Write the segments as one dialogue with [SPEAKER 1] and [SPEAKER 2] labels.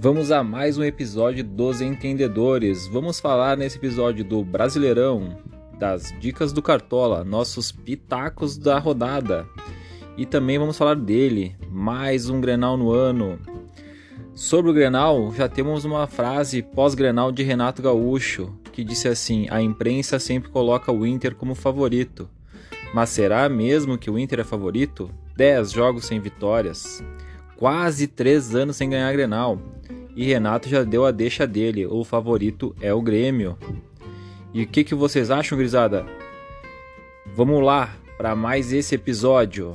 [SPEAKER 1] Vamos a mais um episódio dos Entendedores. Vamos falar nesse episódio do Brasileirão, das dicas do Cartola, nossos pitacos da rodada. E também vamos falar dele, mais um Grenal no ano. Sobre o Grenal, já temos uma frase pós-Grenal de Renato Gaúcho, que disse assim: a imprensa sempre coloca o Inter como favorito. Mas será mesmo que o Inter é favorito? 10 jogos sem vitórias, quase 3 anos sem ganhar Grenal. E Renato já deu a deixa dele, o favorito é o Grêmio. E o que vocês acham, gurizada? Vamos lá para mais esse episódio.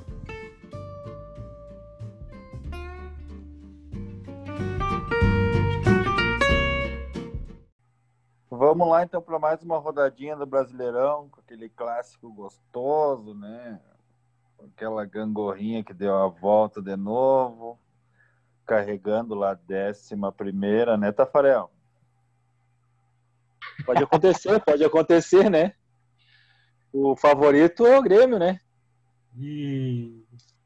[SPEAKER 2] Vamos lá então para mais uma rodadinha do Brasileirão, com aquele clássico gostoso, né? Aquela gangorrinha que deu a volta de novo, carregando lá a 11ª, né, Tafarel?
[SPEAKER 3] Pode acontecer, né? O favorito é o Grêmio, né?
[SPEAKER 2] E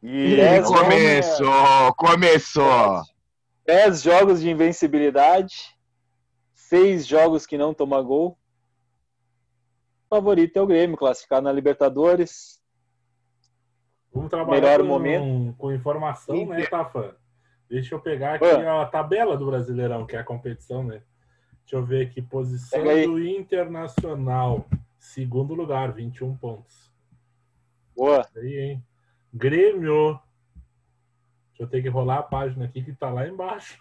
[SPEAKER 4] começou!
[SPEAKER 3] 10 jogos de invencibilidade, 6 jogos que não toma gol. O favorito é o Grêmio, classificado na Libertadores.
[SPEAKER 5] Vamos trabalhar com informação, né, Tafa? Deixa eu pegar aqui a tabela do Brasileirão, que é a competição, né? Deixa eu ver aqui, posição do Internacional. Segundo lugar, 21 pontos.
[SPEAKER 3] Boa.
[SPEAKER 5] Aí, hein? Grêmio. Deixa eu ter que rolar a página aqui que tá lá embaixo.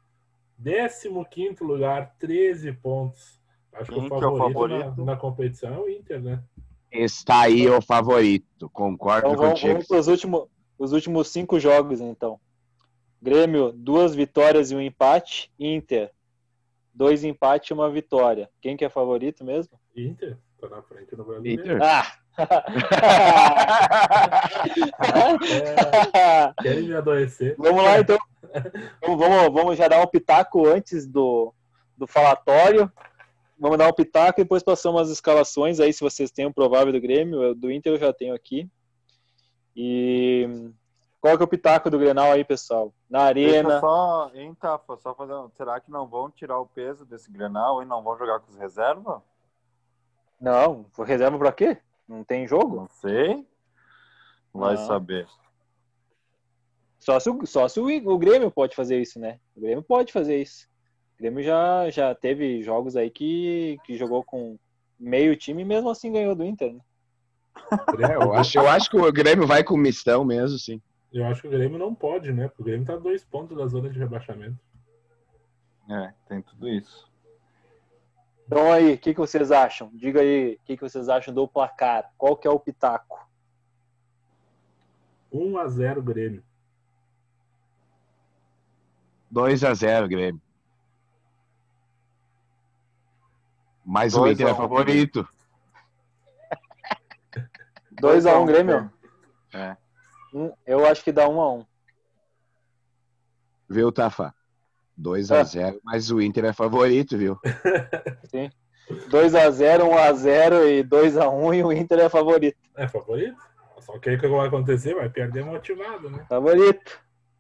[SPEAKER 5] 15º lugar, 13 pontos. Acho que o favorito na competição é o Inter, né?
[SPEAKER 4] Está aí o favorito, concordo
[SPEAKER 3] então,
[SPEAKER 4] contigo.
[SPEAKER 3] Vamos para os últimos 5 jogos, então. Grêmio, 2 vitórias e 1 empate. Inter, 2 empates e 1 vitória. Quem que é favorito mesmo?
[SPEAKER 5] Inter, tá na frente no Brasileiro.
[SPEAKER 4] Inter.
[SPEAKER 5] Querem me adoecer.
[SPEAKER 3] Vamos lá, então. Vamos já dar um pitaco antes do falatório. Vamos dar um pitaco e depois passamos as escalações. Aí, se vocês têm o provável do Grêmio, do Inter eu já tenho aqui. E qual que é o pitaco do Grenal aí, pessoal? Na arena.
[SPEAKER 2] Só fazer. Será que não vão tirar o peso desse Grenal e não vão jogar com os reservas?
[SPEAKER 3] Não, reserva pra quê? Não tem jogo?
[SPEAKER 2] Não sei. Vai saber.
[SPEAKER 3] Só se o Grêmio pode fazer isso, né? O Grêmio pode fazer isso. O Grêmio já teve jogos aí que jogou com meio time e mesmo assim ganhou do Inter, né?
[SPEAKER 4] Eu acho que o Grêmio vai com mistão mesmo, sim.
[SPEAKER 5] Eu acho que o Grêmio não pode, né? Porque o Grêmio tá 2 pontos da zona de rebaixamento.
[SPEAKER 2] Tem tudo isso.
[SPEAKER 3] Então aí, o que vocês acham? Diga aí, o que vocês acham do placar? Qual que é o pitaco?
[SPEAKER 5] 1-0 Grêmio.
[SPEAKER 4] 2-0 Grêmio. Mas o Inter é favorito.
[SPEAKER 3] 2-1 Grêmio?
[SPEAKER 2] É.
[SPEAKER 3] Eu acho que dá 1-1.
[SPEAKER 4] Viu, Tafa? 2-0, mas o Inter é favorito, viu?
[SPEAKER 3] Sim. 2-0, 1-0 e 2-1 e o Inter é favorito.
[SPEAKER 5] É favorito? Só que aí o que vai acontecer? Vai perder motivado, né?
[SPEAKER 3] Favorito.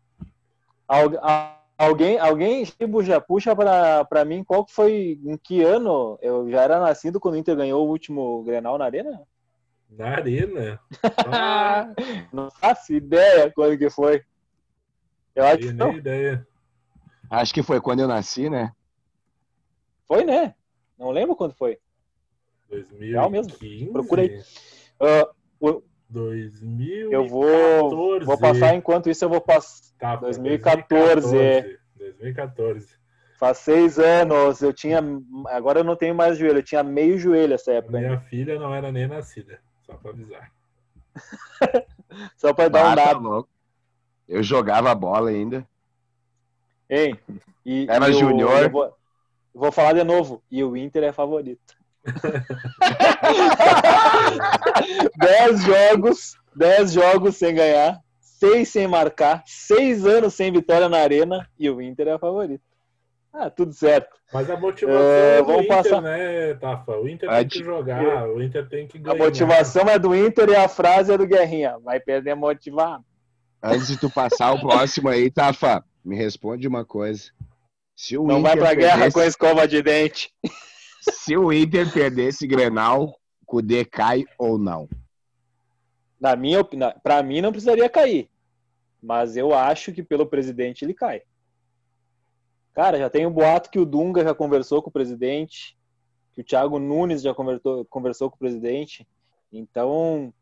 [SPEAKER 3] Alguém já puxa pra mim qual que foi, em que ano? Eu já era nascido quando o Inter ganhou o último Grenal na Arena?
[SPEAKER 5] Na Arena?
[SPEAKER 3] Não faço ideia quando que foi. Eu acho que não.
[SPEAKER 5] Ideia.
[SPEAKER 4] Acho que foi quando eu nasci, né?
[SPEAKER 3] Foi, né? Não lembro quando foi.
[SPEAKER 5] 2015.
[SPEAKER 3] Real mesmo. Procurei.
[SPEAKER 5] 2014.
[SPEAKER 3] Eu vou passar, enquanto isso eu vou passar.
[SPEAKER 5] Tá,
[SPEAKER 3] 2014.
[SPEAKER 5] 2014.
[SPEAKER 3] Faz 6 anos. Agora eu não tenho mais joelho. Eu tinha meio joelho essa época.
[SPEAKER 5] Minha filha não era nem nascida. Só pra avisar.
[SPEAKER 3] Só pra dar um dado.
[SPEAKER 4] Louco. Eu jogava bola ainda.
[SPEAKER 3] Hein?
[SPEAKER 4] Era júnior.
[SPEAKER 3] Eu vou falar de novo. E o Inter é favorito. 10 jogos sem ganhar, 6 sem marcar, 6 anos sem vitória na Arena e o Inter é favorito. Tudo certo.
[SPEAKER 5] Mas a motivação é do Inter,
[SPEAKER 3] passar...
[SPEAKER 5] né, Tafa? O Inter tem que jogar, o Inter tem que ganhar.
[SPEAKER 3] A motivação é do Inter e a frase é do Guerrinha. Vai perder motivado.
[SPEAKER 4] Antes de tu passar o próximo aí, Tafa, me responde uma coisa. Se o
[SPEAKER 3] Não vai
[SPEAKER 4] Inter
[SPEAKER 3] pra guerra
[SPEAKER 4] perdesse-
[SPEAKER 3] com a escova de dente.
[SPEAKER 4] Se o Inter perder esse Grenal, o Kudê cai ou não?
[SPEAKER 3] Na minha opinião, pra mim não precisaria cair. Mas eu acho que pelo presidente ele cai. Cara, já tem um boato que o Dunga já conversou com o presidente, que o Thiago Nunes já conversou com o presidente. Então,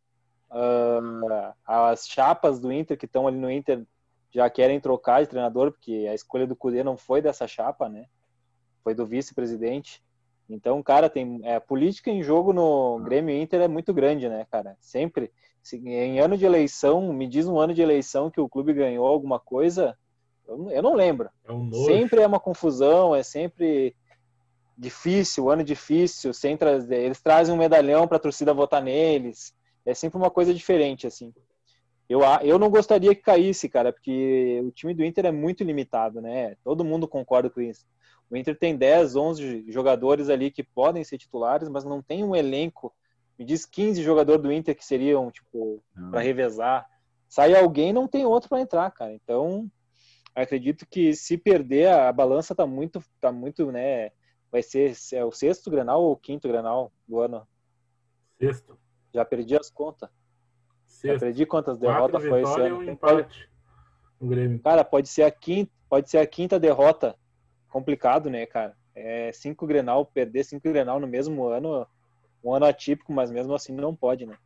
[SPEAKER 3] as chapas do Inter que estão ali no Inter já querem trocar de treinador, porque a escolha do Kudê não foi dessa chapa, né? Foi do vice-presidente. Então, cara, tem política em jogo no Grêmio Inter é muito grande, né, cara? Sempre. Em ano de eleição, me diz um ano de eleição que o clube ganhou alguma coisa, eu não lembro.
[SPEAKER 5] É um nojo.
[SPEAKER 3] Sempre é uma confusão, é sempre difícil, ano difícil, eles trazem um medalhão para a torcida votar neles. É sempre uma coisa diferente, assim. Eu não gostaria que caísse, cara, porque o time do Inter é muito limitado, né? Todo mundo concorda com isso. O Inter tem 10, 11 jogadores ali que podem ser titulares, mas não tem um elenco. Me diz 15 jogadores do Inter que seriam, tipo, para revezar. Sai alguém, não tem outro para entrar, cara. Então, acredito que se perder, a balança tá muito, né? Vai ser o sexto Grenal ou o quinto Grenal do ano?
[SPEAKER 5] Sexto.
[SPEAKER 3] Já perdi as contas. Já perdi quantas
[SPEAKER 5] 4
[SPEAKER 3] derrotas foi esse
[SPEAKER 5] vitórias
[SPEAKER 3] ano.
[SPEAKER 5] e um empate no Grêmio.
[SPEAKER 3] Cara, pode ser a quinta derrota. Complicado, né, cara? 5 Grenal, perder 5 Grenal no mesmo ano, um ano atípico, mas mesmo assim não pode, né?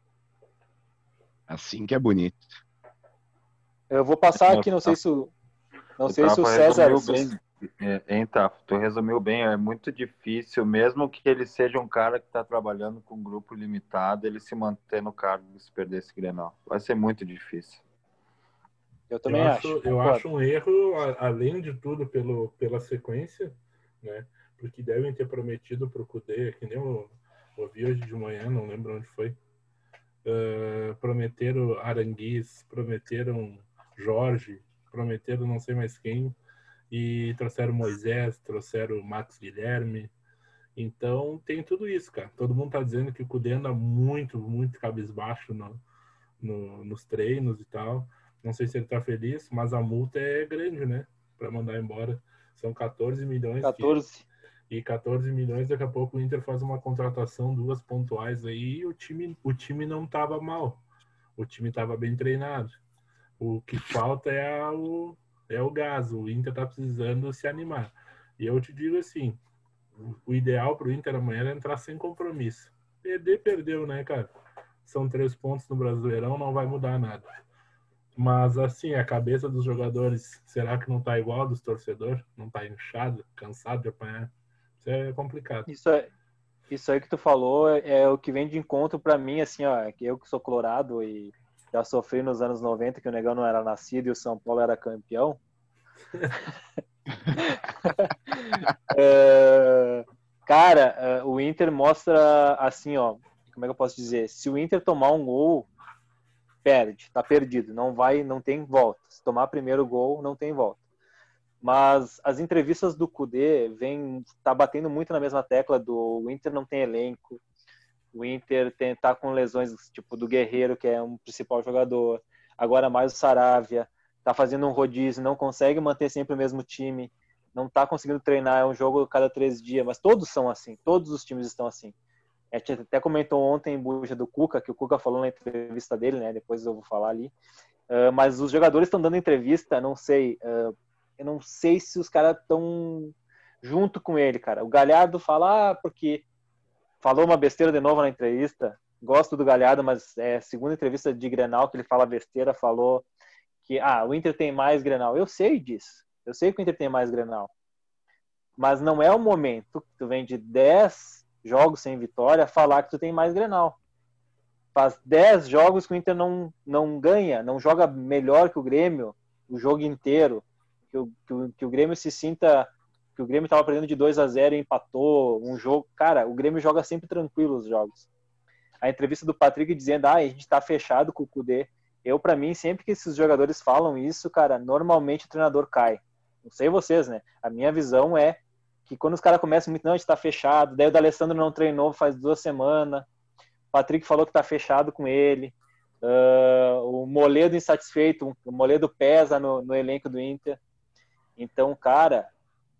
[SPEAKER 4] Assim que é bonito.
[SPEAKER 3] Eu vou passar aqui, não sei se o César...
[SPEAKER 2] Tu resumiu bem, é muito difícil, mesmo que ele seja um cara que está trabalhando com um grupo limitado, ele se manter no cargo se perder esse Grenal. Vai ser muito difícil.
[SPEAKER 3] Eu também acho.
[SPEAKER 5] Eu acho um erro, além de tudo, pela sequência, né? Porque devem ter prometido para o Kudê, que nem eu ouvi hoje de manhã, não lembro onde foi. Prometeram Aranguiz, prometeram Jorge, prometeram não sei mais quem, e trouxeram Moisés, trouxeram Max Guilherme. Então tem tudo isso, cara. Todo mundo tá dizendo que o Kudê anda muito, muito cabisbaixo nos treinos e tal. Não sei se ele tá feliz, mas a multa é grande, né? Para mandar embora. São 14 milhões.
[SPEAKER 3] 14.
[SPEAKER 5] E 14 milhões, daqui a pouco o Inter faz uma contratação, 2 pontuais aí, e o time não tava mal. O time tava bem treinado. O que falta é o gás. O Inter tá precisando se animar. E eu te digo assim, o ideal pro Inter amanhã era entrar sem compromisso. Perdeu, né, cara? São 3 pontos no Brasileirão, não vai mudar nada. Mas, assim, a cabeça dos jogadores, será que não tá igual a dos torcedores? Não tá inchado, cansado de apanhar? Isso é complicado.
[SPEAKER 3] Isso aí que tu falou é o que vem de encontro pra mim, assim, ó, que eu que sou colorado e já sofri nos anos 90 que o Negão não era nascido e o São Paulo era campeão. Cara, o Inter mostra assim, ó, como é que eu posso dizer? Se o Inter tomar um gol, perde, tá perdido, não tem volta. Se tomar primeiro gol, não tem volta. Mas as entrevistas do Kudê tá batendo muito na mesma tecla do Inter não tem elenco, o Inter tá com lesões tipo do Guerreiro, que é um principal jogador, agora mais o Saravia, tá fazendo um rodízio, não consegue manter sempre o mesmo time, não tá conseguindo treinar, é um jogo cada 3 dias, mas todos são assim, todos os times estão assim. A gente até comentou ontem em bucha do Cuca, que o Cuca falou na entrevista dele, né? Depois eu vou falar ali. Mas os jogadores estão dando entrevista, não sei. Eu não sei se os caras estão junto com ele, cara. O Galhardo fala, porque falou uma besteira de novo na entrevista. Gosto do Galhardo, mas segunda entrevista de Grenal que ele fala besteira, falou que o Inter tem mais Grenal. Eu sei disso. Eu sei que o Inter tem mais Grenal. Mas não é o momento que tu vem de 10 jogos sem vitória, falar que tu tem mais Grenal. Faz 10 jogos que o Inter não ganha, não joga melhor que o Grêmio o jogo inteiro, que o Grêmio se sinta que o Grêmio estava perdendo de 2-0 e empatou um jogo. Cara, o Grêmio joga sempre tranquilo os jogos. A entrevista do Patrick dizendo, a gente tá fechado com o Kudê. Pra mim, sempre que esses jogadores falam isso, cara, normalmente o treinador cai. Não sei vocês, né? A minha visão é que quando os caras começam muito, não, a gente tá fechado, daí o D'Alessandro não treinou faz 2 semanas, o Patrick falou que tá fechado com ele, o Moledo insatisfeito, o Moledo pesa no elenco do Inter. Então, cara,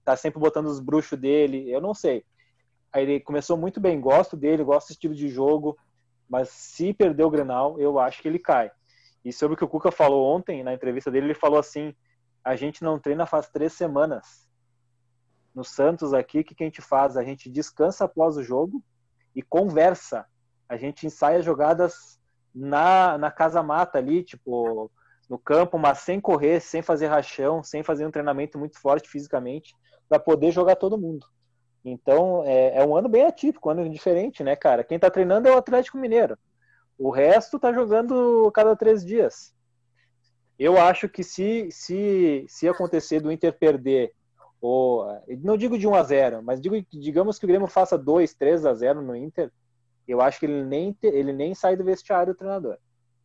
[SPEAKER 3] tá sempre botando os bruxos dele, eu não sei. Aí ele começou muito bem, gosto dele, gosto do estilo de jogo, mas se perder o Grenal, eu acho que ele cai. E sobre o que o Cuca falou ontem, na entrevista dele, ele falou assim, a gente não treina faz 3 semanas. No Santos aqui, o que a gente faz? A gente descansa após o jogo e conversa. A gente ensaia jogadas na casa-mata ali, tipo, no campo, mas sem correr, sem fazer rachão, sem fazer um treinamento muito forte fisicamente, para poder jogar todo mundo. Então, é um ano bem atípico, um ano diferente, né, cara? Quem tá treinando é o Atlético Mineiro. O resto tá jogando cada 3 dias. Eu acho que se acontecer do Inter perder, ou não digo de 1-0, mas digamos que o Grêmio faça 2-3-0 no Inter, eu acho que ele nem sai do vestiário do treinador.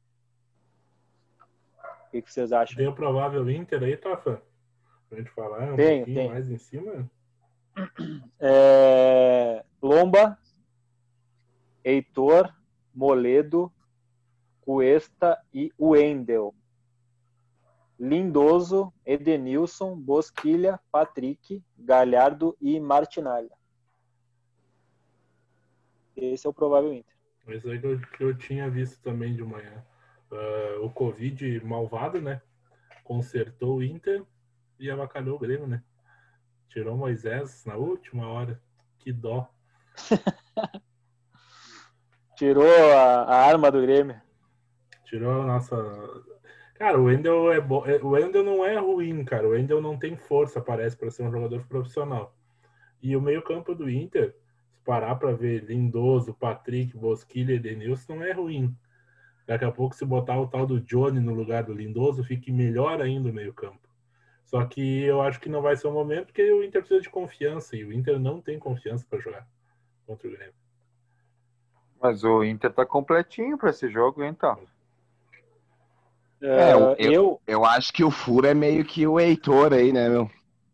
[SPEAKER 3] O que vocês acham?
[SPEAKER 5] Tem o provável Inter aí, Tafa? Pra gente falar pouquinho mais em cima.
[SPEAKER 3] Lomba, Heitor, Moledo, Cuesta e Wendel. Lindoso, Edenilson, Bosquilha, Patrick, Galhardo e Martinalha. Esse é o provável Inter.
[SPEAKER 5] Esse aí que eu tinha visto também de manhã. O Covid malvado, né? Consertou o Inter e avacalhou o Grêmio, né? Tirou Moisés na última hora. Que dó.
[SPEAKER 3] Tirou a arma do Grêmio.
[SPEAKER 5] Tirou a nossa... Cara, o Wendel é bom. O Wendel não é ruim, cara. O Wendel não tem força, parece, para ser um jogador profissional. E o meio-campo do Inter, se parar para ver Lindoso, Patrick, Bosquilha e Edenilson, não é ruim. Daqui a pouco, se botar o tal do Johnny no lugar do Lindoso, fique melhor ainda o meio-campo. Só que eu acho que não vai ser o momento, porque o Inter precisa de confiança. E o Inter não tem confiança para jogar contra o Grêmio.
[SPEAKER 2] Mas o Inter tá completinho para esse jogo, então.
[SPEAKER 4] Eu acho que o furo é meio que o Heitor aí, né, meu?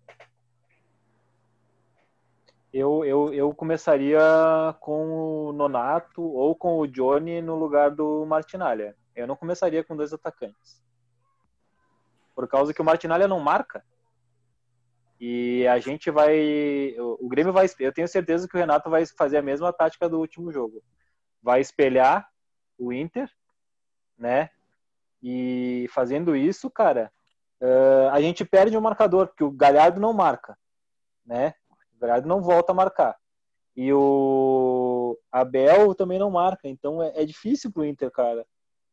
[SPEAKER 3] Eu começaria com o Nonato ou com o Johnny no lugar do Martinalha. Eu não começaria com 2 atacantes. Por causa que o Martinalha não marca. E a gente vai... O Grêmio vai... Eu tenho certeza que o Renato vai fazer a mesma tática do último jogo. Vai espelhar o Inter, né? E fazendo isso, cara, a gente perde o marcador, porque o Galhardo não marca, né? O Galhardo não volta a marcar. E o Abel também não marca. Então é difícil pro Inter, cara.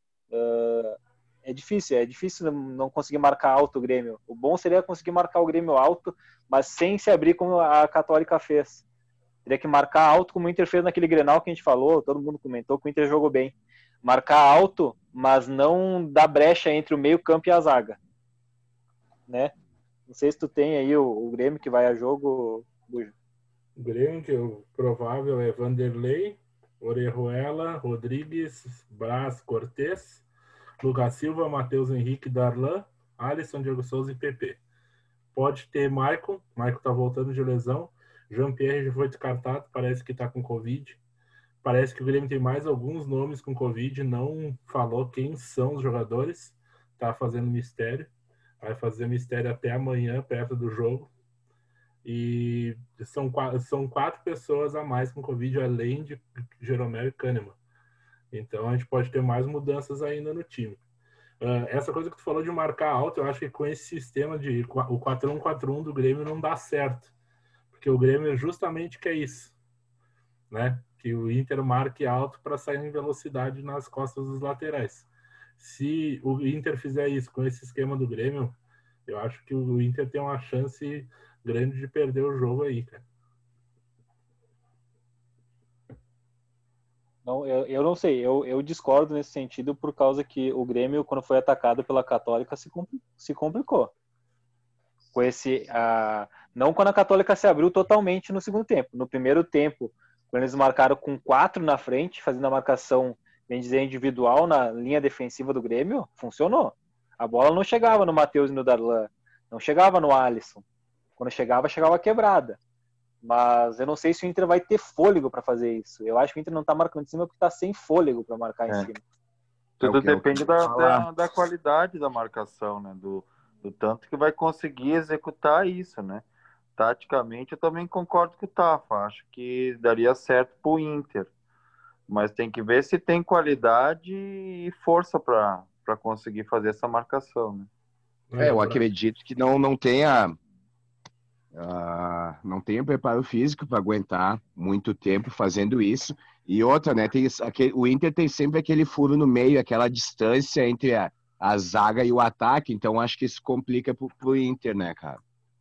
[SPEAKER 3] É difícil não conseguir marcar alto o Grêmio. O bom seria conseguir marcar o Grêmio alto, mas sem se abrir como a Católica fez. Teria que marcar alto como o Inter fez naquele Grenal que a gente falou, todo mundo comentou que o Inter jogou bem. Marcar alto, mas não dar brecha entre o meio-campo e a zaga. Né? Não sei se tu tem aí o Grêmio que vai a jogo, Bujo.
[SPEAKER 5] O Grêmio, que o provável é Vanderlei, Orejuela, Rodrigues, Brás, Cortez, Lucas Silva, Matheus Henrique, Darlan, Alisson, Diego Souza e PP. Pode ter Maicon tá voltando de lesão. Jean-Pierre já foi descartado, parece que tá com Covid. Parece que o Grêmio tem mais alguns nomes com Covid, não falou quem são os jogadores, tá fazendo mistério. Vai fazer mistério até amanhã, perto do jogo. E são 4 pessoas a mais com Covid, além de Jeromel e Kahneman. Então a gente pode ter mais mudanças ainda no time. Essa coisa que tu falou de marcar alto, eu acho que com esse sistema de o 4-1-4-1 do Grêmio não dá certo. Porque o Grêmio justamente quer isso, né? Que o Inter marque alto para sair em velocidade nas costas dos laterais. Se o Inter fizer isso com esse esquema do Grêmio, eu acho que o Inter tem uma chance grande de perder o jogo aí, cara.
[SPEAKER 3] Não, eu não sei, eu discordo nesse sentido por causa que o Grêmio, quando foi atacado pela Católica, se complicou. Com não quando a Católica se abriu totalmente no segundo tempo. No primeiro tempo, quando eles marcaram com 4 na frente, fazendo a marcação, bem dizer, individual na linha defensiva do Grêmio, funcionou. A bola não chegava no Matheus e no Darlan, não chegava no Alisson. Quando chegava quebrada. Mas eu não sei se o Inter vai ter fôlego para fazer isso. Eu acho que o Inter não tá marcando em cima porque tá sem fôlego para marcar em cima.
[SPEAKER 2] Tudo depende da qualidade da marcação, né? Do tanto que vai conseguir executar isso, né? taticamente, eu também concordo com o Tafa. Acho que daria certo pro Inter. Mas tem que ver se tem qualidade e força para conseguir fazer essa marcação, né?
[SPEAKER 4] Eu acredito que não tenha não tenha preparo físico para aguentar muito tempo fazendo isso. E outra, né? O Inter tem sempre aquele furo no meio, aquela distância entre a zaga e o ataque. Então acho que isso complica pro Inter, né, cara?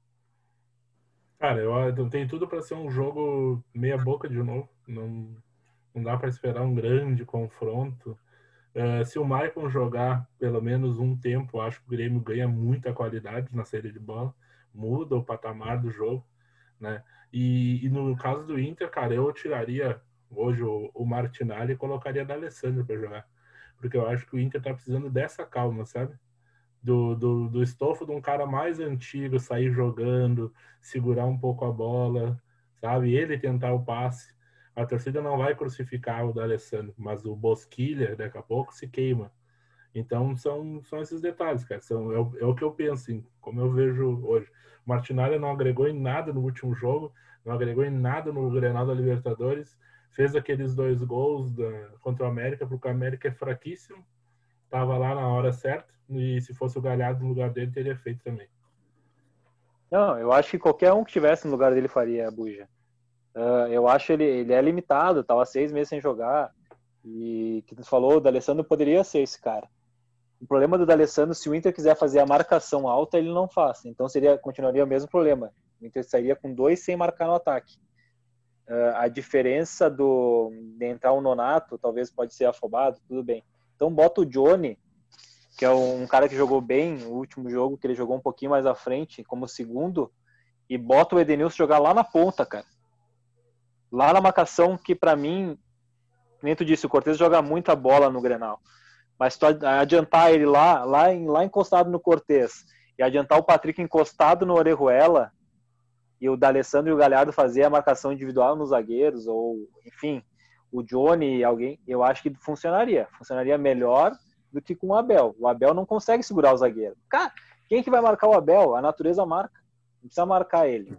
[SPEAKER 5] Cara, eu tenho tudo para ser um jogo meia boca de novo. Não dá para esperar um grande confronto. Se o Maicon jogar pelo menos um tempo, acho que o Grêmio ganha muita qualidade na saída de bola, muda o patamar do jogo, né? E no caso do Inter, cara, eu tiraria hoje o Martinelli e colocaria da Alessandro para jogar, porque eu acho que o Inter tá precisando dessa calma, sabe? Do estofo de um cara mais antigo sair jogando, segurar um pouco a bola, sabe? Ele tentar o passe. A torcida não vai crucificar o D'Alessandro, mas o Bosquilha, daqui a pouco, se queima. Então, são esses detalhes, cara. É o que eu penso, assim, como eu vejo hoje. O Martinalha não agregou em nada no último jogo, não agregou em nada no Grenal da Libertadores, fez aqueles 2 gols contra o América, porque o América é fraquíssimo, estava lá na hora certa, e se fosse o Galhardo no lugar dele, teria feito também.
[SPEAKER 3] Não, eu acho que qualquer um que estivesse no lugar dele faria a buja. Eu acho ele é limitado, estava 6 meses sem jogar, e que tu falou, o D'Alessandro poderia ser esse cara. O problema do D'Alessandro, se o Inter quiser fazer a marcação alta, ele não faz. Então continuaria o mesmo problema. O Inter sairia com 2 sem marcar no ataque. A diferença de entrar o Nonato, talvez pode ser afobado, tudo bem. Então bota o Johnny, que é um cara que jogou bem no último jogo, que ele jogou um pouquinho mais à frente, como segundo, e bota o Edenilson jogar lá na ponta, cara. Lá na marcação, que pra mim, nem tu disse, o Cortez joga muita bola no Grenal. Mas tu adiantar ele lá encostado no Cortez e adiantar o Patrick encostado no Orejuela e o D'Alessandro e o Galhardo fazer a marcação individual nos zagueiros, ou enfim, o Johnny, alguém, eu acho que funcionaria melhor do que com o Abel. O Abel não consegue segurar o zagueiro. Cara, quem que vai marcar o Abel? A natureza marca. Não precisa marcar ele.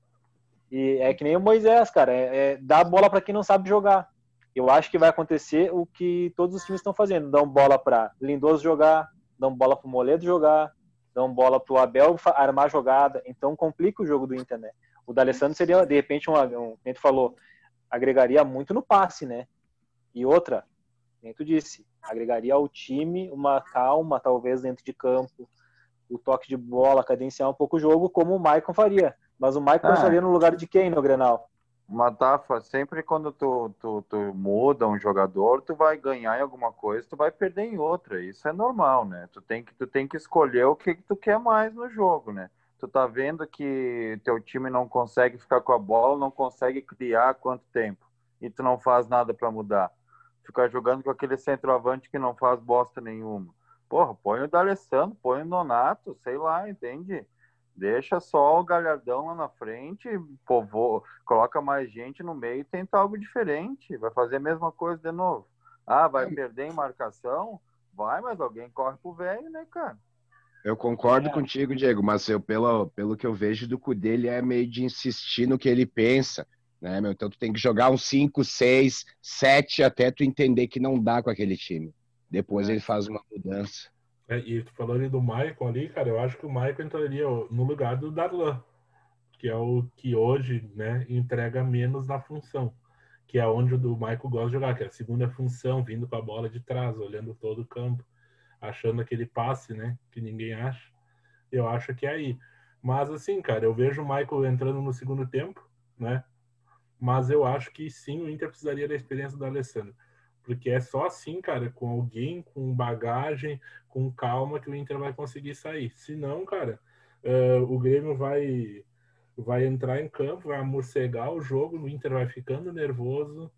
[SPEAKER 3] E é que nem o Moisés, cara, dar bola para quem não sabe jogar. Eu acho que vai acontecer o que todos os times estão fazendo. Dão bola para Lindoso jogar, dão bola para o Moledo jogar, dão bola para o Abel armar jogada. Então complica o jogo do Inter, né? O D'Alessandro seria, de repente, como a gente falou, agregaria muito no passe, né? E outra, como tu disse, agregaria ao time uma calma, talvez, dentro de campo, o toque de bola, cadenciar um pouco o jogo, como o Maicon faria. Mas o Maicon faria no lugar de quem no Grenal?
[SPEAKER 2] Matafa, sempre quando tu muda um jogador, tu vai ganhar em alguma coisa, tu vai perder em outra. Isso é normal, né? Tu tem que escolher o que tu quer mais no jogo, né? Tu tá vendo que teu time não consegue ficar com a bola, não consegue criar há quanto tempo, e tu não faz nada para mudar. Ficar jogando com aquele centroavante que não faz bosta nenhuma. Porra, põe o D'Alessandro, põe o Nonato, sei lá, entende? Deixa só o Galhardão lá na frente, coloca mais gente no meio e tenta algo diferente. Vai fazer a mesma coisa de novo. Vai perder em marcação? Vai, mas alguém corre pro velho, né, cara?
[SPEAKER 4] Eu concordo contigo, Diego, mas pelo que eu vejo do Cudê, ele é meio de insistir no que ele pensa, né, meu? Então tu tem que jogar uns 5, 6, 7 até tu entender que não dá com aquele time. Depois ele faz uma mudança.
[SPEAKER 5] E tu falou ali do Maicon ali, cara, eu acho que o Maicon entraria no lugar do Darlan, que é o que hoje, né, entrega menos na função, que é onde o Maicon gosta de jogar, que é a segunda função, vindo com a bola de trás, olhando todo o campo, achando aquele passe, né, que ninguém acha. Eu acho que é aí. Mas assim, cara, eu vejo o Maicon entrando no segundo tempo, né, mas eu acho que sim, o Inter precisaria da experiência do Alessandro. Porque é só assim, cara, com alguém, com bagagem, com calma, que o Inter vai conseguir sair. Se não, cara, o Grêmio vai entrar em campo, vai amorcegar o jogo, o Inter vai ficando nervoso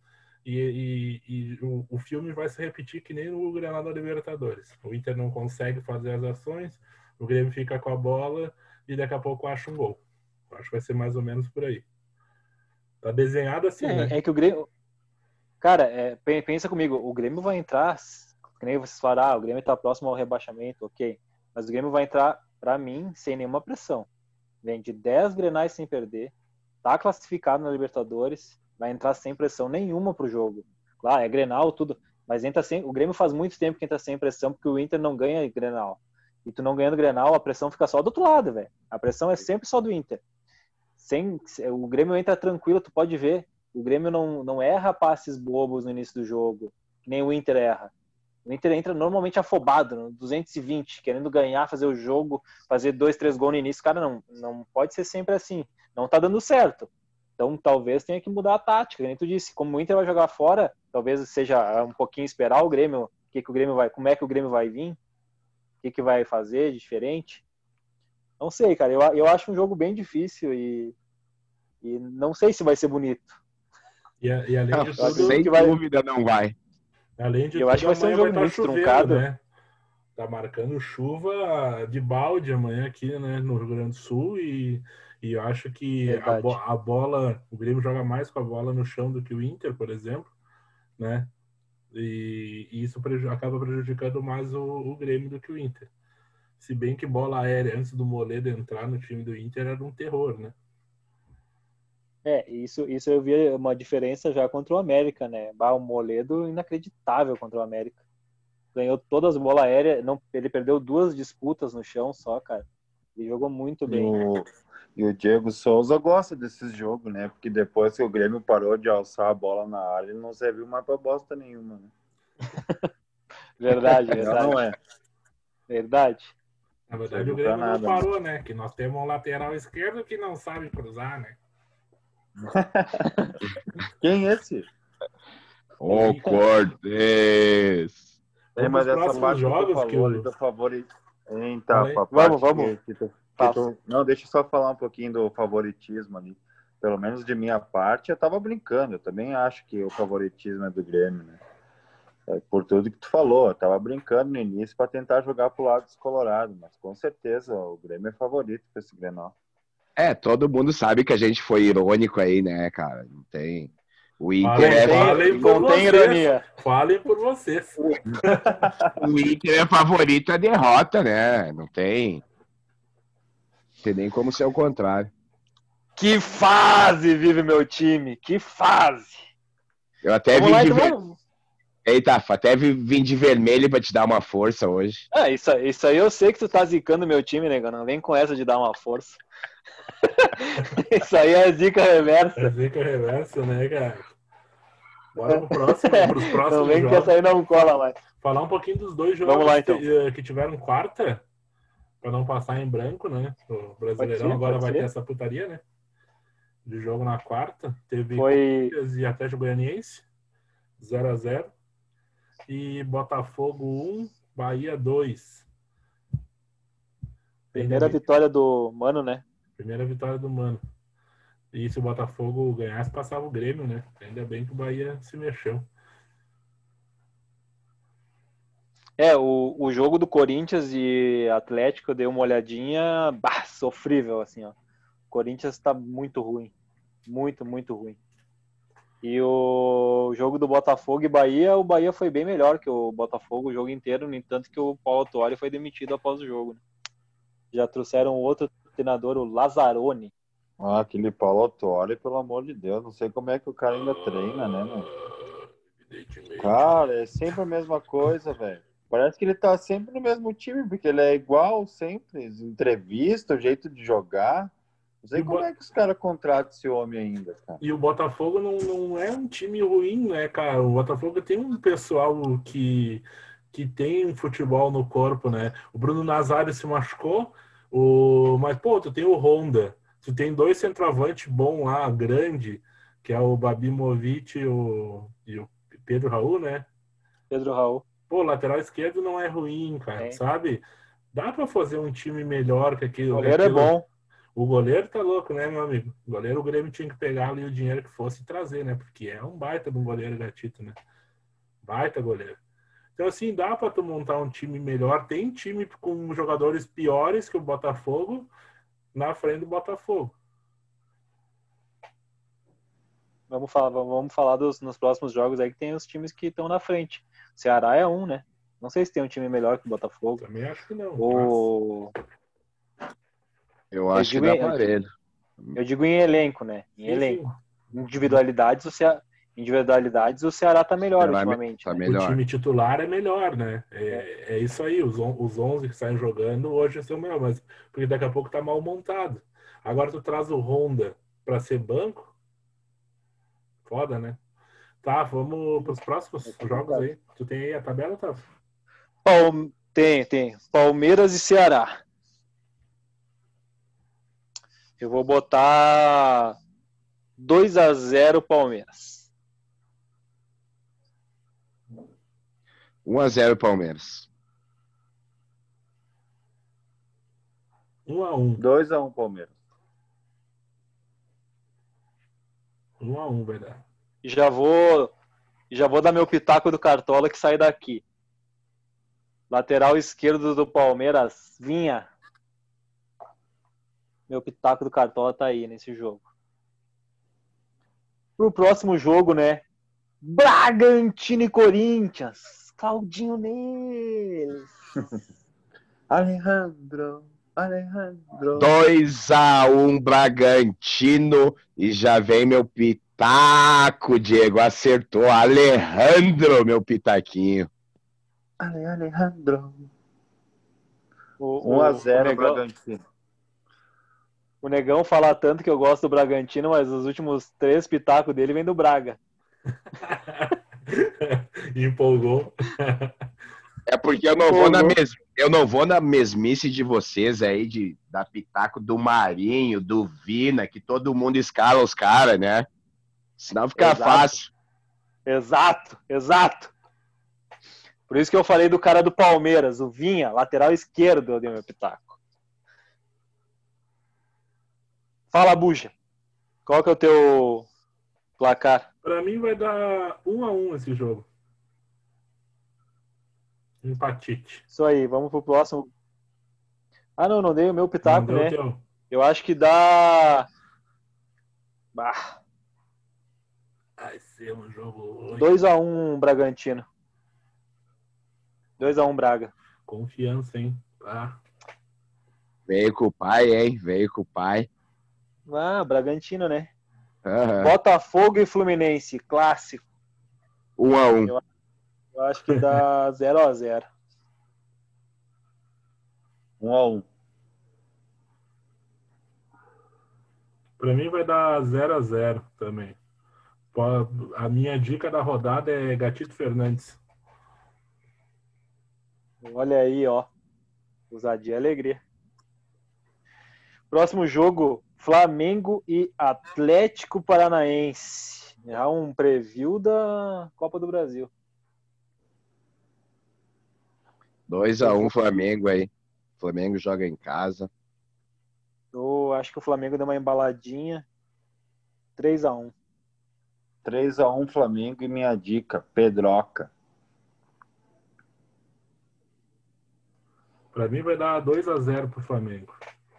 [SPEAKER 5] e o filme vai se repetir que nem no Grenal da Libertadores. O Inter não consegue fazer as ações, o Grêmio fica com a bola e daqui a pouco acha um gol. Acho que vai ser mais ou menos por aí. Tá desenhado assim, né?
[SPEAKER 3] É que o Grêmio... Cara, pensa comigo, o Grêmio vai entrar, que nem vocês falaram, o Grêmio está próximo ao rebaixamento, ok. Mas o Grêmio vai entrar, para mim, sem nenhuma pressão. vem de 10 Grenais sem perder, tá classificado na Libertadores, vai entrar sem pressão nenhuma pro jogo. Claro, é Grenal, tudo, mas entra sem, o Grêmio faz muito tempo que entra sem pressão, porque o Inter não ganha Grenal. E tu não ganhando Grenal, a pressão fica só do outro lado, velho. A pressão é sempre só do Inter. O Grêmio entra tranquilo, tu pode ver. O Grêmio não erra passes bobos no início do jogo, que nem o Inter erra. O Inter entra normalmente afobado, no 220, querendo ganhar, fazer o jogo, fazer 2, 3 gols no início. Cara, não pode ser sempre assim. Não tá dando certo. Então, talvez tenha que mudar a tática. Nem tu disse, como o Inter vai jogar fora, talvez seja um pouquinho esperar o Grêmio, como é que o Grêmio vai vir, o que vai fazer de diferente. Não sei, cara. Eu acho um jogo bem difícil e não sei se vai ser bonito.
[SPEAKER 5] E além de tudo,
[SPEAKER 4] sem dúvida não vai.
[SPEAKER 5] Além de
[SPEAKER 3] eu
[SPEAKER 5] tudo,
[SPEAKER 3] acho que vai ser um jogo muito
[SPEAKER 5] chovendo,
[SPEAKER 3] truncado.
[SPEAKER 5] né? Tá marcando chuva de balde amanhã aqui, né, no Rio Grande do Sul e eu acho que a bola, o Grêmio joga mais com a bola no chão do que o Inter, por exemplo, né? E isso acaba prejudicando mais o Grêmio do que o Inter. Se bem que bola aérea antes do Moledo entrar no time do Inter era um terror, né?
[SPEAKER 3] Isso eu vi uma diferença já contra o América, né? O Moledo inacreditável contra o América. Ganhou todas as bolas aéreas, ele perdeu 2 disputas no chão só, cara. Ele jogou muito bem.
[SPEAKER 2] E o Diego Souza gosta desses jogos, né? Porque depois que o Grêmio parou de alçar a bola na área, ele não serviu mais pra bosta nenhuma, né?
[SPEAKER 3] Verdade.
[SPEAKER 2] Não é.
[SPEAKER 3] Verdade.
[SPEAKER 5] Na verdade, o Grêmio não parou, né? Que nós temos um lateral esquerdo que não sabe cruzar, né?
[SPEAKER 2] Quem é esse?
[SPEAKER 4] O Cortez.
[SPEAKER 2] Mas essa parte
[SPEAKER 5] jogos
[SPEAKER 2] que tu falou ali do favorito. Então, vamos. Não, deixa eu só falar um pouquinho do favoritismo ali. Pelo menos de minha parte, eu tava brincando. Eu também acho que o favoritismo é do Grêmio, né? Por tudo que tu falou, eu tava brincando no início para tentar jogar pro lado dos Colorados, mas com certeza o Grêmio é favorito para esse Grenal.
[SPEAKER 4] Todo mundo sabe que a gente foi irônico aí, né, cara? Não tem. O Inter
[SPEAKER 5] Falem ironia. Falem por vocês.
[SPEAKER 4] O Inter é favorito à derrota, né? Não tem nem como ser o contrário.
[SPEAKER 3] Que fase vive meu time! Que fase!
[SPEAKER 4] Eu até vim de vermelho. Eita, até vim de vermelho pra te dar uma força hoje.
[SPEAKER 3] Isso aí eu sei que tu tá zicando meu time, nego. Não vem com essa de dar uma força. Isso aí é zica reversa.
[SPEAKER 5] É zica reversa, né, cara? Bora pros próximos
[SPEAKER 3] não vem
[SPEAKER 5] jogos.
[SPEAKER 3] Que essa aí não cola mais.
[SPEAKER 5] Falar um pouquinho dos 2 jogos.
[SPEAKER 3] Vamos lá, então.
[SPEAKER 5] Que tiveram quarta, pra não passar em branco, né? O Brasileirão agora vai ter essa putaria, né? De jogo na quarta. Teve Corinthians e Atlético Goianiense, 0-0. E Botafogo 1, Bahia 2.
[SPEAKER 3] Primeira vitória do Mano, né?
[SPEAKER 5] Primeira vitória do Mano. E se o Botafogo ganhasse, passava o Grêmio, né? Ainda bem que o Bahia se mexeu.
[SPEAKER 3] O jogo do Corinthians e Atlético, eu dei uma olhadinha, sofrível, assim, ó. O Corinthians tá muito ruim. Muito, muito ruim. E o jogo do Botafogo e Bahia, o Bahia foi bem melhor que o Botafogo o jogo inteiro, no entanto que o Paulo Tuori foi demitido após o jogo. Né? Já trouxeram outro treinador, o Lazzaroni.
[SPEAKER 2] Aquele Paulo Tuori, pelo amor de Deus, não sei como é que o cara ainda treina, né, mano? Cara, é sempre a mesma coisa, velho. Parece que ele tá sempre no mesmo time, porque ele é igual sempre, entrevista, o jeito de jogar. Não sei como é que os caras contratam esse homem ainda, cara.
[SPEAKER 5] E o Botafogo não é um time ruim, né, cara? O Botafogo tem um pessoal que tem um futebol no corpo, né? O Bruno Nazário se machucou, mas, pô, tu tem o Honda, tu tem 2 centroavantes bons lá, grande, que é o Babimovic e o Pedro Raul, né?
[SPEAKER 3] Pedro Raul.
[SPEAKER 5] Pô, lateral esquerdo não é ruim, cara, sabe? Dá pra fazer um time melhor que aquele.
[SPEAKER 3] O goleiro é bom.
[SPEAKER 5] O goleiro tá louco, né, meu amigo? O goleiro, o Grêmio tinha que pegar ali o dinheiro que fosse e trazer, né? Porque é um baita de um goleiro gatito, né? Baita goleiro. Então, assim, dá pra tu montar um time melhor. Tem time com jogadores piores que o Botafogo na frente do Botafogo.
[SPEAKER 3] Vamos falar nos próximos jogos aí que tem os times que estão na frente. O Ceará é um, né? Não sei se tem um time melhor que o Botafogo.
[SPEAKER 5] Também acho que não.
[SPEAKER 4] Eu acho que dá parelho.
[SPEAKER 3] Eu digo em elenco, né? Em elenco. Individualidades, o Ceará tá melhor ultimamente.
[SPEAKER 5] Tá
[SPEAKER 3] né?
[SPEAKER 5] melhor. O time titular é melhor, né? É isso aí. Os 11 que saem jogando hoje são melhor, mas porque daqui a pouco tá mal montado. Agora tu traz o Honda pra ser banco. Foda, né? Tá, vamos pros próximos jogos aí. Tu tem aí a tabela, tá?
[SPEAKER 3] Tem. Palmeiras e Ceará. Eu vou botar 2-0 Palmeiras.
[SPEAKER 4] 1-0 Palmeiras.
[SPEAKER 5] 1-1.
[SPEAKER 2] 2-1 Palmeiras.
[SPEAKER 5] 1-1, vai dar.
[SPEAKER 3] Já vou dar meu pitaco do Cartola que sai daqui. Lateral esquerdo do Palmeiras, Vinha. Meu pitaco do Cartola tá aí nesse jogo. Pro próximo jogo, né? Bragantino e Corinthians. Claudinho neles.
[SPEAKER 2] Alejandro.
[SPEAKER 4] 2-1 Bragantino. E já vem meu pitaco, Diego. Acertou. Alejandro, meu pitaquinho.
[SPEAKER 2] Alejandro. 1-0 Bragantino.
[SPEAKER 3] O Negão fala tanto que eu gosto do Bragantino, mas os últimos 3 pitacos dele vem do Braga.
[SPEAKER 5] Empolgou.
[SPEAKER 4] É porque eu não vou na mesmice de vocês aí, de dar pitaco do Marinho, do Vina, que todo mundo escala os caras, né? Senão fica fácil.
[SPEAKER 3] Exato. Por isso que eu falei do cara do Palmeiras, o Vinha, lateral esquerdo, eu dei meu pitaco. Fala, Buja. Qual que é o teu placar?
[SPEAKER 5] Pra mim vai dar 1-1 esse jogo. Empatite.
[SPEAKER 3] Isso aí, vamos pro próximo. Ah, não dei o meu pitaco, né?
[SPEAKER 5] Teu.
[SPEAKER 3] Eu acho que dá...
[SPEAKER 5] Vai ser um jogo...
[SPEAKER 3] 2-1 Bragantino. 2-1 Braga.
[SPEAKER 5] Confiança, hein?
[SPEAKER 4] Veio com o pai, hein? Veio com o pai.
[SPEAKER 3] Bragantino, né?
[SPEAKER 4] Uhum.
[SPEAKER 3] Botafogo e Fluminense, clássico.
[SPEAKER 4] 1-1.
[SPEAKER 3] Eu acho que dá 0-0.
[SPEAKER 2] 1-1.
[SPEAKER 5] Pra mim vai dar 0-0 também. A minha dica da rodada é Gatito Fernandes.
[SPEAKER 3] Olha aí, ó. Ousadia e alegria. Próximo jogo, Flamengo e Atlético Paranaense. É um preview da Copa do Brasil.
[SPEAKER 4] 2-1 Flamengo aí. Flamengo joga em casa.
[SPEAKER 3] Eu acho que o Flamengo deu uma embaladinha. 3-1.
[SPEAKER 2] 3-1 Flamengo e minha dica, Pedroca.
[SPEAKER 5] Pra mim vai dar 2-0 pro Flamengo.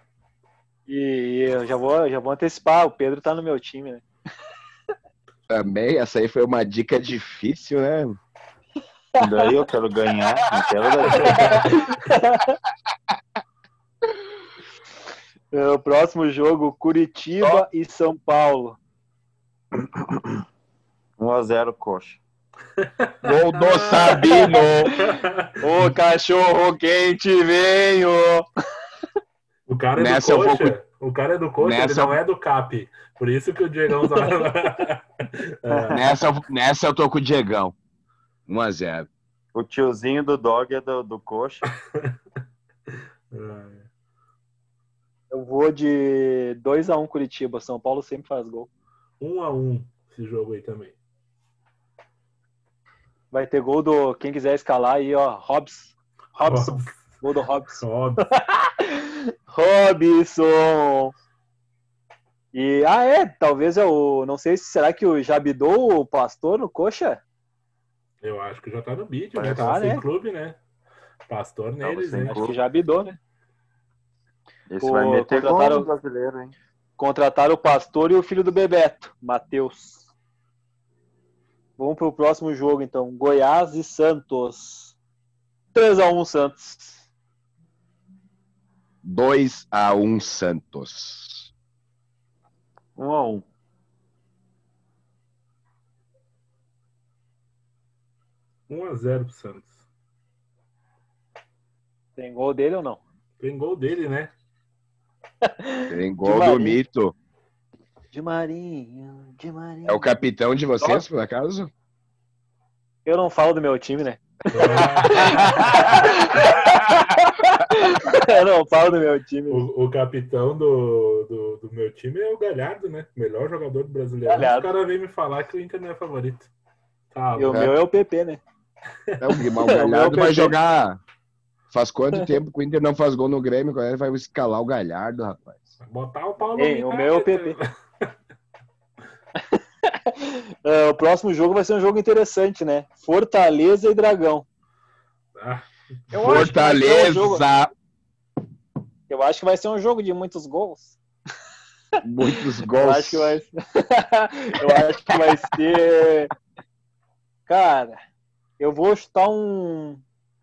[SPEAKER 3] E eu já vou antecipar, o Pedro tá no meu time, né?
[SPEAKER 4] Também, essa aí foi uma dica difícil, né?
[SPEAKER 2] Daí eu quero ganhar, não quero daí.
[SPEAKER 3] O próximo jogo, Curitiba e São Paulo.
[SPEAKER 2] 1-0 Coxa.
[SPEAKER 4] Gol do Sabino.
[SPEAKER 3] Ô cachorro quente, venho.
[SPEAKER 5] O cara é do Coxa. O cara é do Coxa, ele não é do Cap. Por isso que o Diegão tá...
[SPEAKER 4] Nessa eu tô com o Diegão. 1-0.
[SPEAKER 2] O tiozinho do Dog é do Coxa.
[SPEAKER 3] Eu vou de 2-1 Curitiba. São Paulo sempre faz gol.
[SPEAKER 5] 1-1 esse jogo aí também.
[SPEAKER 3] Vai ter gol do... Quem quiser escalar aí, ó. Robson. Gol do Robson. Robson. E, talvez eu... Não sei se será que o Jabidou o Pastor no Coxa?
[SPEAKER 5] Eu acho que já tá no vídeo,
[SPEAKER 3] né?
[SPEAKER 5] Tava sem clube, né? Pastor neles, né?
[SPEAKER 3] Acho que Jabidou, né?
[SPEAKER 2] Esse vai meter gol no brasileiro, hein?
[SPEAKER 3] Contrataram o Pastor e o filho do Bebeto, Matheus. Vamos pro próximo jogo, então. Goiás e Santos. 3-1 Santos.
[SPEAKER 4] 2-1 Santos.
[SPEAKER 2] 1-1.
[SPEAKER 5] 1-0 pro Santos.
[SPEAKER 3] Tem gol dele ou não?
[SPEAKER 5] Tem gol dele, né?
[SPEAKER 4] Tem gol do Mito.
[SPEAKER 3] De Marinho.
[SPEAKER 4] É o capitão de vocês, por acaso?
[SPEAKER 3] Eu não falo do meu time, né? Eu não falo do meu time.
[SPEAKER 5] O capitão do meu time é o Galhardo, né? Melhor jogador do brasileiro. Os caras vêm me falar que o Inter não é favorito. Tá,
[SPEAKER 3] e o meu é o PP, né?
[SPEAKER 4] O Galhardo vai jogar. Faz quanto tempo que o Inter não faz gol no Grêmio? Agora ele vai escalar o Galhardo, rapaz.
[SPEAKER 5] Botar o Paulo.
[SPEAKER 3] O meu é o PP. O próximo jogo vai ser um jogo interessante, né? Fortaleza e Dragão.
[SPEAKER 4] Fortaleza!
[SPEAKER 3] Eu acho que vai ser um jogo de muitos gols.
[SPEAKER 4] Muitos gols.
[SPEAKER 3] Eu acho que vai ser... Cara, eu vou chutar um...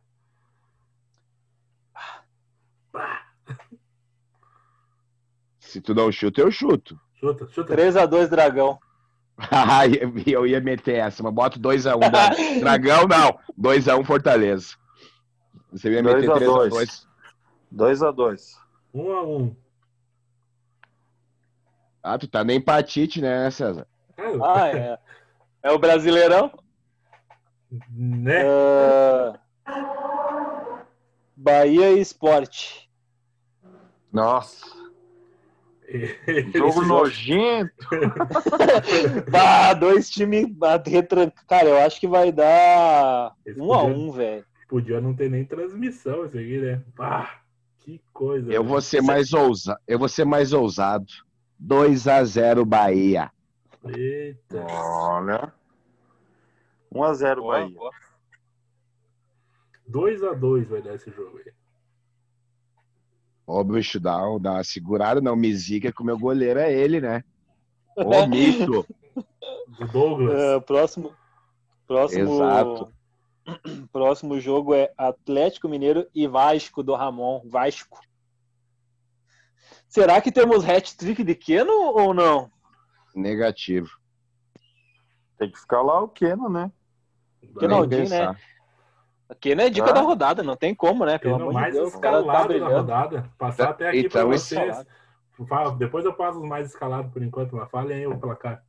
[SPEAKER 4] Se tu não chuta, eu chuto.
[SPEAKER 5] Chuta.
[SPEAKER 3] 3-2 Dragão.
[SPEAKER 4] Eu ia meter essa, mas bota 2-1. Dragão, não. 2-1 Fortaleza. Você ia meter 3-2.
[SPEAKER 2] 2-2.
[SPEAKER 5] 1-1.
[SPEAKER 4] Ah, tu tá na empatite, né, César?
[SPEAKER 3] É o Brasileirão?
[SPEAKER 5] Né?
[SPEAKER 3] Bahia e Sport.
[SPEAKER 2] Nossa. Jogo nojento.
[SPEAKER 3] Dois times retrancados. Cara, eu acho que vai dar 1-1, velho.
[SPEAKER 5] Podia não ter nem transmissão isso aqui, né? Que coisa.
[SPEAKER 4] Eu vou ser mais ousado. 2-0 Bahia.
[SPEAKER 5] Eita.
[SPEAKER 2] Olha. 1-0 Bahia.
[SPEAKER 5] 2-2 vai dar esse jogo aí.
[SPEAKER 4] Ô, bicho, dá uma segurada, não me zica que o meu goleiro é ele, né? Ô, Mito.
[SPEAKER 5] Do Douglas.
[SPEAKER 3] Próximo.
[SPEAKER 4] Exato.
[SPEAKER 3] Próximo jogo é Atlético Mineiro e Vasco do Ramon. Vasco. Será que temos hat-trick de Keno ou não?
[SPEAKER 4] Negativo.
[SPEAKER 2] Tem que ficar lá o Keno, né?
[SPEAKER 3] Kenaldinho, né? Keno é dica da rodada, não tem como, né? Pelo amor de Deus, o cara tá brilhando.
[SPEAKER 5] Rodada. Passar até aqui
[SPEAKER 4] então,
[SPEAKER 5] pra vocês. Depois eu passo os mais escalados por enquanto, mas falem aí o placar.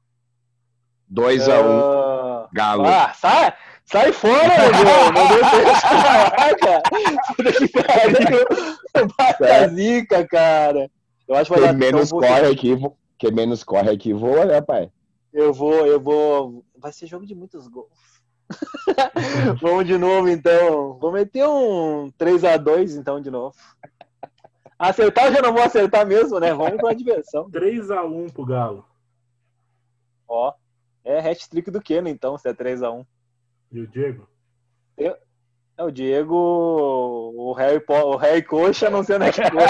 [SPEAKER 4] 2-1 Galo.
[SPEAKER 3] Sai fora, meu! Não deixa eu escalar, cara! Puta que pariu! Bata zica, cara! Eu acho que vai dar...
[SPEAKER 4] Quem menos corre aqui voa, né, pai?
[SPEAKER 3] Eu vou... Vai ser jogo de muitos gols. Vamos de novo, então. Vou meter um 3-2, então, de novo. Acertar eu já não vou acertar mesmo, né? Vamos pra diversão.
[SPEAKER 5] 3-1 pro Galo.
[SPEAKER 3] Ó, é hat-trick do Keno, então, se é 3-1.
[SPEAKER 5] E o Diego?
[SPEAKER 3] O Diego, o Harry Coxa, não sei onde é que foi.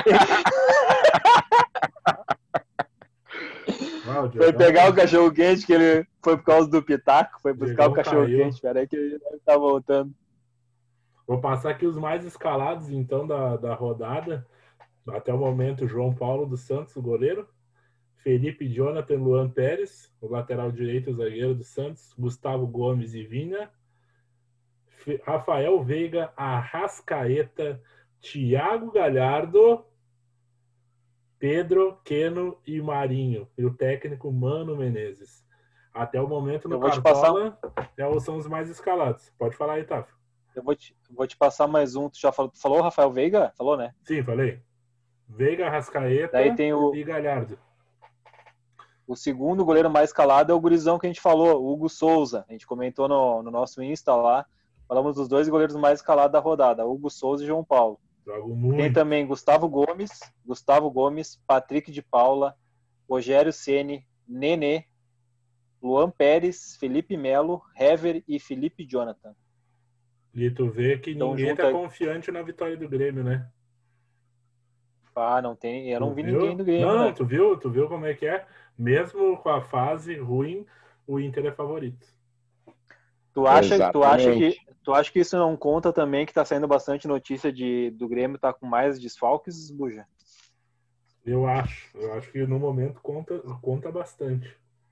[SPEAKER 3] Foi pegar o cachorro-quente, que ele foi por causa do Pitaco, foi buscar o cachorro-quente. Espera aí que ele tá voltando.
[SPEAKER 5] Vou passar aqui os mais escalados, então, da rodada. Até o momento, João Paulo dos Santos, o goleiro. Felipe Jonathan, Luan Pérez, o lateral direito, o zagueiro do Santos. Gustavo Gomes e Vina. Rafael Veiga, Arrascaeta, Thiago Galhardo, Pedro, Keno e Marinho. E o técnico Mano Menezes. Até o momento no Cartola são os mais escalados. Pode falar aí, Tafa.
[SPEAKER 3] Eu vou te passar mais um. Tu já falou Rafael Veiga? Falou, né?
[SPEAKER 5] Sim, falei. Veiga, Arrascaeta e Galhardo.
[SPEAKER 3] O segundo goleiro mais escalado é o gurizão que a gente falou, o Hugo Souza. A gente comentou no nosso Insta lá. Falamos dos dois goleiros mais escalados da rodada, Hugo Souza e João Paulo. Tem também Gustavo Gomes, Patrick de Paula, Rogério Ceni, Nenê, Luan Pérez, Felipe Melo, Hever e Felipe Jonathan.
[SPEAKER 5] E tu vê que então, ninguém tá confiante na vitória do Grêmio, né?
[SPEAKER 3] Não tem. Eu não vi ninguém do Grêmio.
[SPEAKER 5] Não, tu viu como é que é? Mesmo com a fase ruim, o Inter é favorito.
[SPEAKER 3] Tu acha Tu acha que isso não conta também, que tá saindo bastante notícia do Grêmio tá com mais desfalques, Buja?
[SPEAKER 5] Eu acho que no momento conta bastante.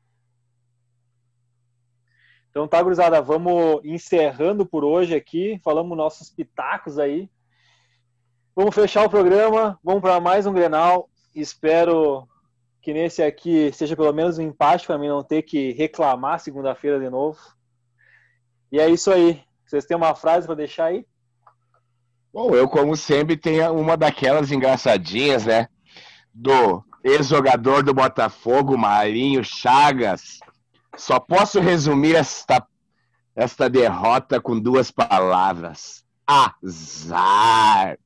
[SPEAKER 3] Então tá, gurizada, vamos encerrando por hoje aqui, falamos nossos pitacos aí. Vamos fechar o programa, vamos para mais um Grenal. Espero que nesse aqui seja pelo menos um empate para mim não ter que reclamar segunda-feira de novo. E é isso aí. Vocês têm uma frase para deixar aí?
[SPEAKER 4] Bom, eu, como sempre, tenho uma daquelas engraçadinhas, né? Do ex-jogador do Botafogo, Marinho Chagas. Só posso resumir esta derrota com 2 palavras. Azar.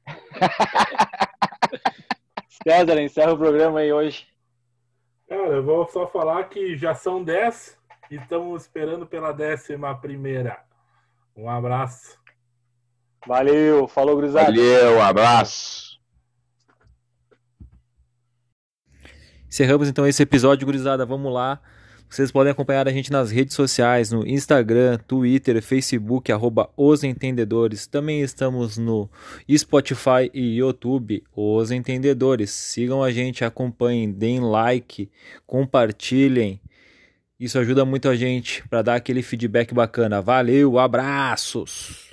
[SPEAKER 3] César, encerra o programa aí hoje.
[SPEAKER 5] Cara, eu vou só falar que já são 10 e estamos esperando pela 11ª. Um abraço.
[SPEAKER 3] Valeu, falou, gurizada.
[SPEAKER 4] Valeu, abraço.
[SPEAKER 1] Encerramos então esse episódio, gurizada. Vamos lá. Vocês podem acompanhar a gente nas redes sociais, no Instagram, Twitter, Facebook, @Os Entendedores. Também estamos no Spotify e YouTube, Os Entendedores. Sigam a gente, acompanhem, deem like, compartilhem. Isso ajuda muito a gente para dar aquele feedback bacana. Valeu, abraços!